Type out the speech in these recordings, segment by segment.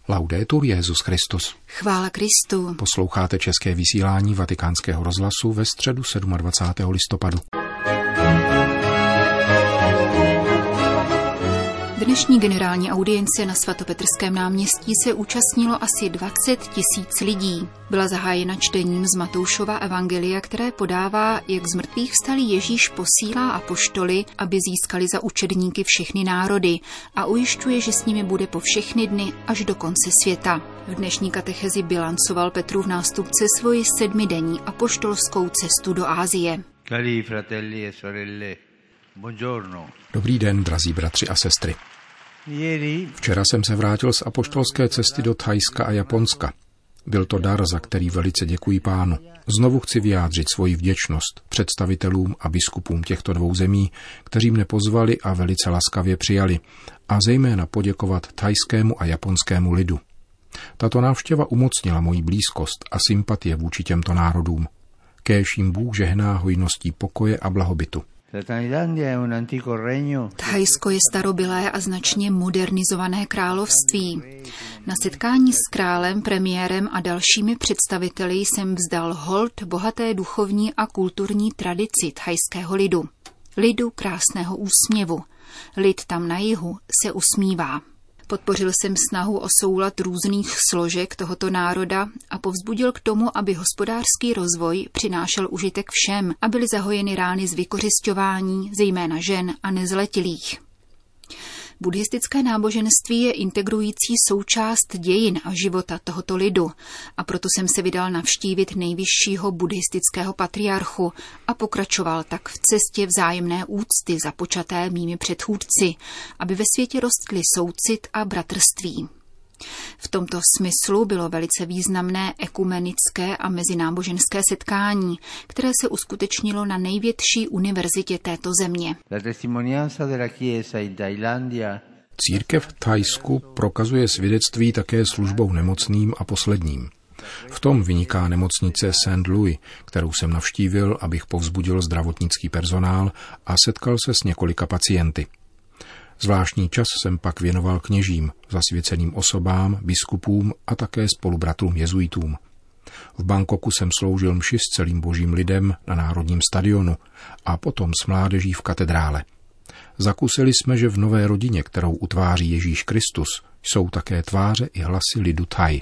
Laudetur Jesus Christus. Chvála Kristu. Posloucháte české vysílání Vatikánského rozhlasu ve středu 27. listopadu. Dnešní generální audience na svatopetrském náměstí se účastnilo asi 20 000 lidí. Byla zahájena čtením z Matoušova evangelia, které podává, jak z mrtvých vstalý Ježíš posílá apoštoly, aby získali za učedníky všechny národy a ujišťuje, že s nimi bude po všechny dny až do konce světa. V dnešní katechezi bilancoval Petrův nástupce svoji 7denní apoštolskou cestu do Asie. Cari fratelli e sorelle, buongiorno. Dobrý den, drazí bratři a sestry. Včera jsem se vrátil z apoštolské cesty do Thajska a Japonska. Byl to dar, za který velice děkuji Pánu. Znovu chci vyjádřit svoji vděčnost představitelům a biskupům těchto dvou zemí, kteří mne pozvali a velice laskavě přijali, a zejména poděkovat thajskému a japonskému lidu. Tato návštěva umocnila moji blízkost a sympatie vůči těmto národům. Kéž jim Bůh žehná hojností pokoje a blahobytu. Thajsko je starobylé a značně modernizované království. Na setkání s králem, premiérem a dalšími představiteli jsem vzdal hold bohaté duchovní a kulturní tradici thajského lidu. Lidu krásného úsměvu. Lid tam na jihu se usmívá. Podpořil jsem snahu o soulad různých složek tohoto národa a povzbudil k tomu, aby hospodářský rozvoj přinášel užitek všem a byly zahojeny rány z vykořisťování, zejména žen a nezletilých. Buddhistické náboženství je integrující součást dějin a života tohoto lidu a proto jsem se vydal navštívit nejvyššího buddhistického patriarchu a pokračoval tak v cestě vzájemné úcty započaté mými předchůdci, aby ve světě rostly soucit a bratrství. V tomto smyslu bylo velice významné ekumenické a mezináboženské setkání, které se uskutečnilo na největší univerzitě této země. Církev v Thajsku prokazuje svědectví také službou nemocným a posledním. V tom vyniká nemocnice St. Louis, kterou jsem navštívil, abych povzbudil zdravotnický personál a setkal se s několika pacienty. Zvláštní čas jsem pak věnoval kněžím, zasvěceným osobám, biskupům a také spolubratrům jezuitům. V Bangkoku jsem sloužil mši s celým božím lidem na Národním stadionu a potom s mládeží v katedrále. Zakusili jsme, že v nové rodině, kterou utváří Ježíš Kristus, jsou také tváře i hlasy lidu Thai.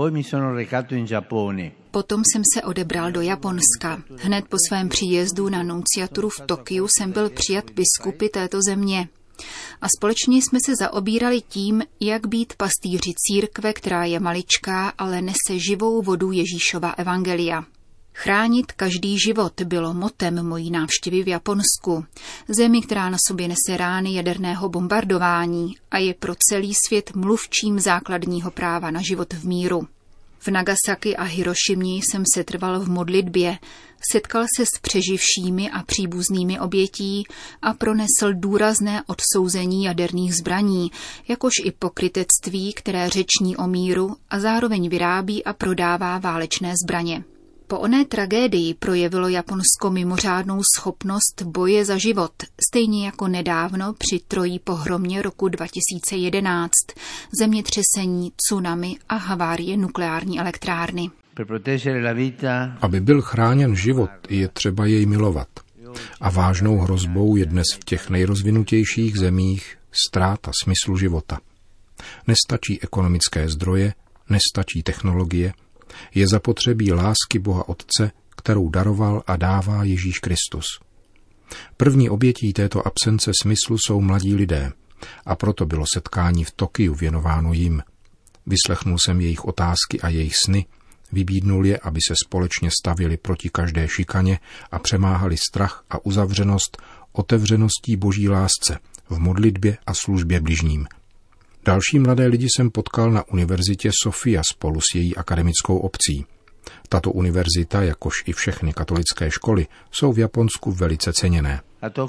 Potom jsem se odebral do Japonska. Hned po svém příjezdu na nunciaturu v Tokiu jsem byl přijat biskupy této země. A společně jsme se zaobírali tím, jak být pastýři církve, která je maličká, ale nese živou vodu Ježíšova evangelia. Chránit každý život bylo motem mojí návštěvy v Japonsku, zemi, která na sobě nese rány jaderného bombardování a je pro celý svět mluvčím základního práva na život v míru. V Nagasaki a Hirošimě jsem se trval v modlitbě, setkal se s přeživšími a příbuznými obětí a pronesl důrazné odsouzení jaderných zbraní, jakož i pokrytectví, které řeční o míru a zároveň vyrábí a prodává válečné zbraně. Po oné tragédii projevilo Japonsko mimořádnou schopnost boje za život, stejně jako nedávno při trojí pohromě roku 2011, zemětřesení, tsunami a havárie nukleární elektrárny. Aby byl chráněn život, je třeba jej milovat. A vážnou hrozbou je dnes v těch nejrozvinutějších zemích ztráta smyslu života. Nestačí ekonomické zdroje, nestačí technologie, je zapotřebí lásky Boha Otce, kterou daroval a dává Ježíš Kristus. První obětí této absence smyslu jsou mladí lidé a proto bylo setkání v Tokiu věnováno jim. Vyslechnul jsem jejich otázky a jejich sny, vybídnul je, aby se společně stavili proti každé šikaně a přemáhali strach a uzavřenost otevřeností Boží lásce v modlitbě a službě bližním. Další mladé lidi jsem potkal na univerzitě Sofia spolu s její akademickou obcí. Tato univerzita, jakož i všechny katolické školy, jsou v Japonsku velice ceněné.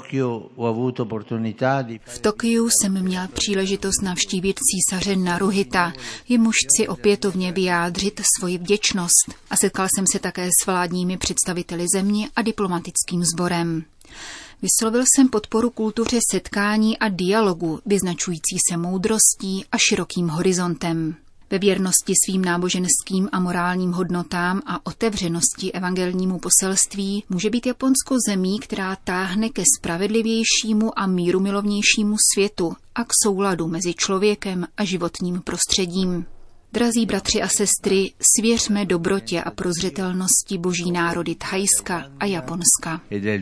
V Tokiu jsem měl příležitost navštívit císaře Naruhita, jemuž chci opětovně vyjádřit svoji vděčnost, a setkal jsem se také s vládními představiteli země a diplomatickým sborem. Vyslovil jsem podporu kultuře setkání a dialogu, vyznačující se moudrostí a širokým horizontem. Ve věrnosti svým náboženským a morálním hodnotám a otevřenosti evangelnímu poselství může být Japonsko zemí, která táhne ke spravedlivějšímu a mírumilovnějšímu světu a k souladu mezi člověkem a životním prostředím. Drazí bratři a sestry, svěřme dobrotě a prozřetelnosti boží národy Thajska a Japonska.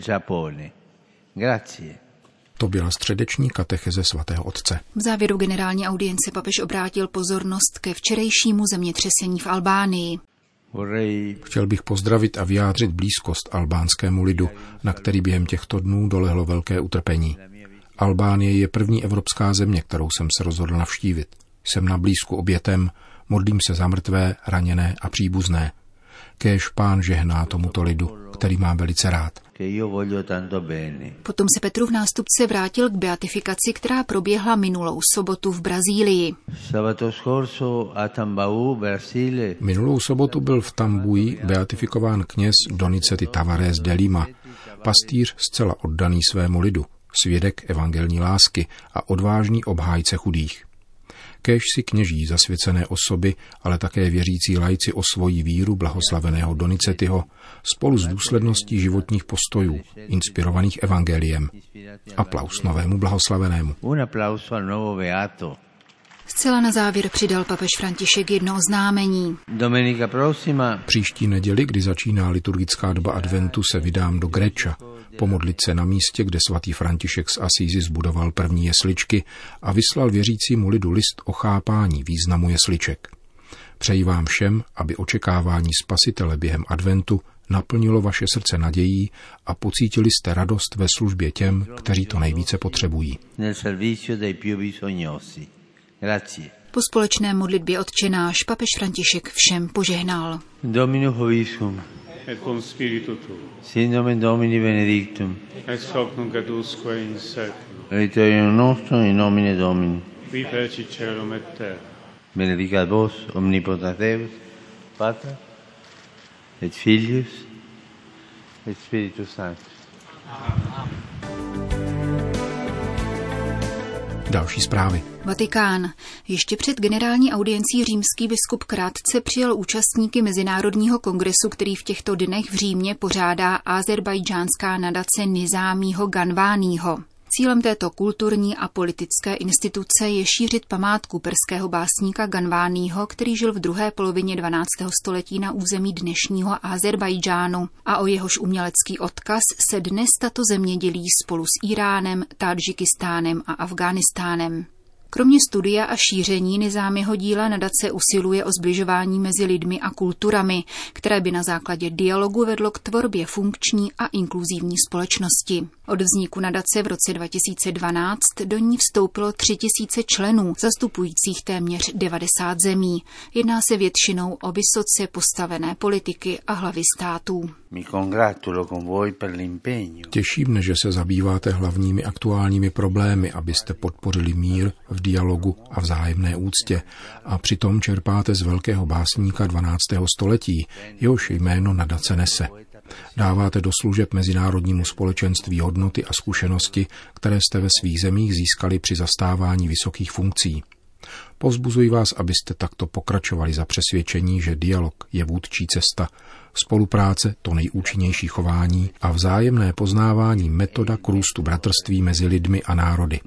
To byla středeční katecheze svatého otce. V závěru generální audience papež obrátil pozornost ke včerejšímu zemětřesení v Albánii. Chtěl bych pozdravit a vyjádřit blízkost albánskému lidu, na který během těchto dnů dolehlo velké utrpení. Albánie je první evropská země, kterou jsem se rozhodl navštívit. Jsem na blízku obětem, modlím se za mrtvé, raněné a příbuzné. Kéž Pán žehná tomuto lidu, který mám velice rád. Potom se Petrův nástupce vrátil k beatifikaci, která proběhla minulou sobotu v Brazílii. Minulou sobotu byl v Tambuji beatifikován kněz Donizetti Tavares de Lima, pastýř zcela oddaný svému lidu, svědek evangelní lásky a odvážný obhájce chudých. Kéž si kněží zasvěcené osoby, ale také věřící laici osvojí víru blahoslaveného Donizettiho spolu s důsledností životních postojů, inspirovaných evangeliem. Aplaus novému blahoslavenému. Zcela na závěr přidal papež František jedno oznámení. Příští neděli, kdy začíná liturgická doba adventu, se vydám do Greča, pomodlit se na místě, kde svatý František z Asízy zbudoval první jesličky a vyslal věřícímu lidu list o chápání významu jesliček. Přeji vám všem, aby očekávání Spasitele během adventu naplnilo vaše srdce nadějí a pocítili jste radost ve službě těm, kteří to nejvíce potřebují. Po společné modlitbě Otčenáš papež František všem požehnal. Domino hoviscum. Et cum spiritu tuo. Sin nomen Domini benedictum. Ex hoc nunc et usque in seculum. Aiuterium nostrum in nomine Domini. Qui feci caelum et terra. Benedicat vos omnipotens Deus, Pater et Filius et Spiritus Sanctus. Další zprávy. Vatikán. Ještě před generální audiencí římský biskup krátce přijal účastníky Mezinárodního kongresu, který v těchto dnech v Římě pořádá azerbajdžánská nadace Nizámího Ganváního. Cílem této kulturní a politické instituce je šířit památku perského básníka Ganváního, který žil v druhé polovině 12. století na území dnešního Azerbajdžánu a o jehož umělecký odkaz se dnes tato země dělí spolu s Íránem, Tádžikistánem a Afghánistánem. Kromě studia a šíření Nizámího díla nadace usiluje o sbližování mezi lidmi a kulturami, které by na základě dialogu vedlo k tvorbě funkční a inkluzivní společnosti. Od vzniku nadace v roce 2012 do ní vstoupilo 3000 členů, zastupujících téměř 90 zemí. Jedná se většinou o vysoce postavené politiky a hlavy států. Těší mne, že se zabýváte hlavními aktuálními problémy, abyste podpořili mír v dialogu a vzájemné úctě a přitom čerpáte z velkého básníka 12. století, jehož jméno nadace nese. Dáváte do služeb mezinárodnímu společenství hodnoty a zkušenosti, které jste ve svých zemích získali při zastávání vysokých funkcí. Povzbuzuji vás, abyste takto pokračovali za přesvědčení, že dialog je vůdčí cesta, spolupráce to nejúčinnější chování a vzájemné poznávání metoda k růstu bratrství mezi lidmi a národy.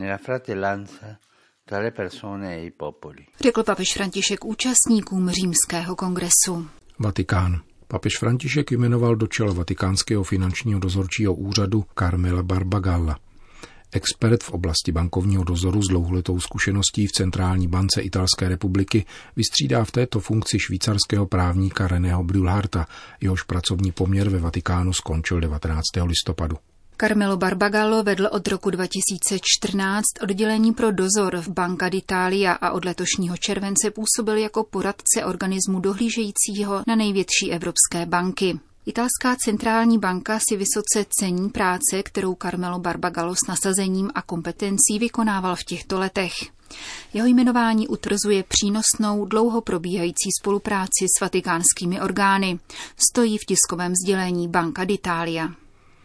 Řekl papež František účastníkům římského kongresu. Vatikán. Papež František jmenoval do čela Vatikánského finančního dozorčího úřadu Carmela Barbagalla. Expert v oblasti bankovního dozoru s dlouholetou zkušeností v Centrální bance Italské republiky vystřídá v této funkci švýcarského právníka Reného Brühlharta, jehož pracovní poměr ve Vatikánu skončil 19. listopadu. Carmelo Barbagallo vedl od roku 2014 oddělení pro dozor v Banca d'Italia a od letošního července působil jako poradce organismu dohlížejícího na největší evropské banky. Italská centrální banka si vysoce cení práce, kterou Carmelo Barbagallo s nasazením a kompetencí vykonával v těchto letech. Jeho jmenování utvrzuje přínosnou, dlouho probíhající spolupráci s vatikánskými orgány. Stojí v tiskovém sdělení Banca d'Italia.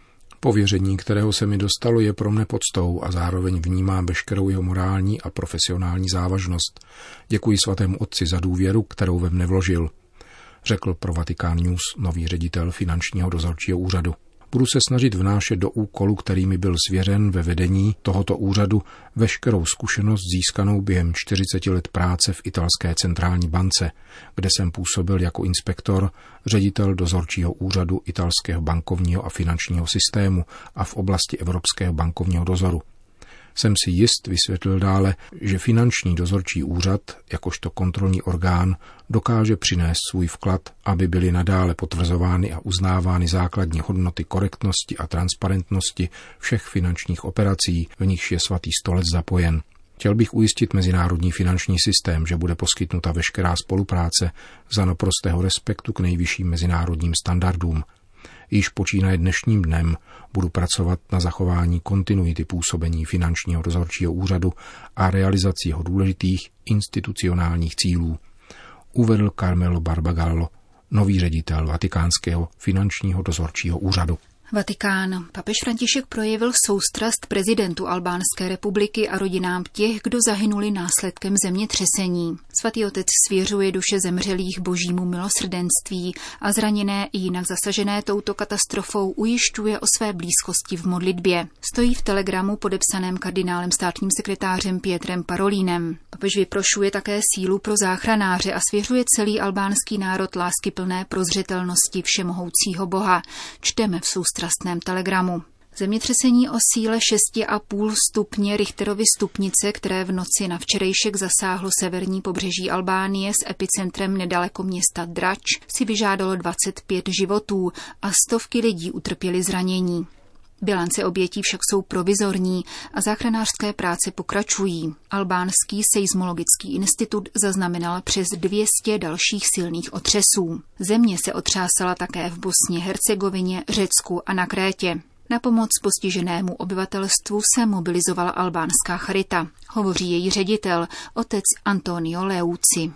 Pověření, kterého se mi dostalo, je pro mne poctou a zároveň vnímám veškerou jeho morální a profesionální závažnost. Děkuji svatému otci za důvěru, kterou ve mne vložil, řekl pro Vatikán News nový ředitel finančního dozorčího úřadu. Budu se snažit vnášet do úkolu, který mi byl svěřen ve vedení tohoto úřadu, veškerou zkušenost získanou během 40 let práce v italské centrální bance, kde jsem působil jako inspektor, ředitel dozorčího úřadu italského bankovního a finančního systému a v oblasti evropského bankovního dozoru. Jsem si jist, vysvětlil dále, že finanční dozorčí úřad, jakožto kontrolní orgán, dokáže přinést svůj vklad, aby byly nadále potvrzovány a uznávány základní hodnoty korektnosti a transparentnosti všech finančních operací, v nichž je svatý stolec zapojen. Chtěl bych ujistit mezinárodní finanční systém, že bude poskytnuta veškerá spolupráce za naprostého respektu k nejvyšším mezinárodním standardům. Již počínaje dnešním dnem budu pracovat na zachování kontinuity působení finančního dozorčího úřadu a realizaci jeho důležitých institucionálních cílů, uvedl Carmelo Barbagallo, nový ředitel Vatikánského finančního dozorčího úřadu. Vatikán. Papež František projevil soustrast prezidentu Albánské republiky a rodinám těch, kdo zahynuli následkem zemětřesení. Svatý otec svěřuje duše zemřelých božímu milosrdenství a zraněné i jinak zasažené touto katastrofou ujišťuje o své blízkosti v modlitbě. Stojí v telegramu podepsaném kardinálem státním sekretářem Pietrem Parolínem. Papež vyprošuje také sílu pro záchranáře a svěřuje celý albánský národ láskyplné prozřetelnosti všemohoucího Boha. Čteme v soustrastném telegramu. Zemětřesení o síle 6,5 stupně Richterovy stupnice, které v noci na včerejšek zasáhlo severní pobřeží Albánie s epicentrem nedaleko města Drač, si vyžádalo 25 životů a stovky lidí utrpěly zranění. Bilance obětí však jsou provizorní a záchranářské práce pokračují. Albánský seismologický institut zaznamenal přes 200 dalších silných otřesů. Země se otřásala také v Bosně, Hercegovině, Řecku a na Krétě. Na pomoc postiženému obyvatelstvu se mobilizovala albánská charita. Hovoří její ředitel, otec Antonio Leuci.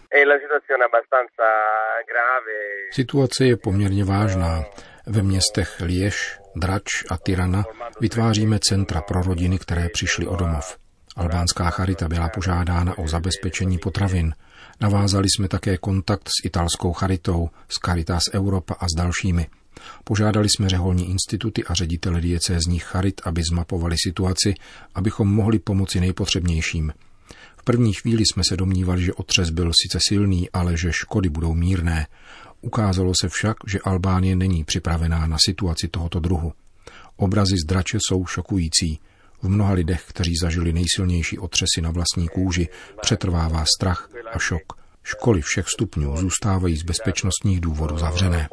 Situace je poměrně vážná. Ve městech Liež, Drač a Tirana vytváříme centra pro rodiny, které přišly o domov. Albánská charita byla požádána o zabezpečení potravin. Navázali jsme také kontakt s italskou charitou, s Caritas Europa a s dalšími. Požádali jsme řeholní instituty a ředitele diecézních charit, aby zmapovali situaci, abychom mohli pomoci nejpotřebnějším. V první chvíli jsme se domnívali, že otřes byl sice silný, ale že škody budou mírné. Ukázalo se však, že Albánie není připravená na situaci tohoto druhu. Obrazy z Drače jsou šokující. V mnoha lidech, kteří zažili nejsilnější otřesy na vlastní kůži, přetrvává strach a šok. Školy všech stupňů zůstávají z bezpečnostních důvodů zavřené,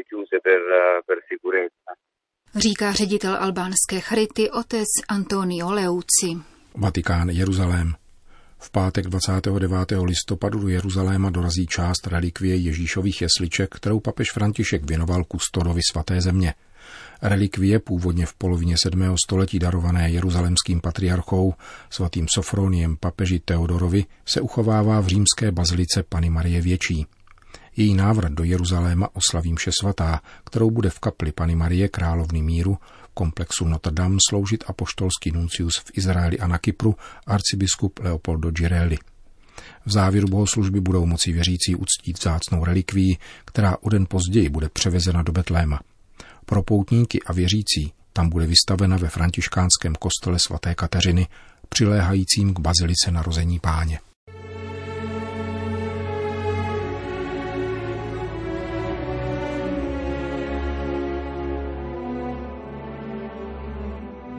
říká ředitel albánské charity otec Antonio Leuci. Vatikán, Jeruzalém. V pátek 29. listopadu do Jeruzaléma dorazí část relikvie Ježíšových jesliček, kterou papež František věnoval kustodovi svaté země. Relikvie, původně v polovině 7. století darované jeruzalémským patriarchou svatým Sofroniem papeži Teodorovi, se uchovává v římské bazilice Panny Marie Větší. Její návrat do Jeruzaléma oslaví mše svatá, kterou bude v kapli Panny Marie královny míru v komplexu Notre Dame sloužit apoštolský nuncius v Izraeli a na Kypru arcibiskup Leopoldo Girelli. V závěru bohoslužby budou moci věřící uctít vzácnou relikvii, která o den později bude převezena do Betléma. Pro poutníky a věřící tam bude vystavena ve františkánském kostele svaté Kateřiny, přiléhajícím k bazilice Narození Páně.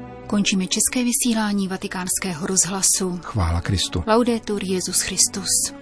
Končíme české vysílání Vatikánského rozhlasu. Chvála Kristu. Laudetur Jesus Christus.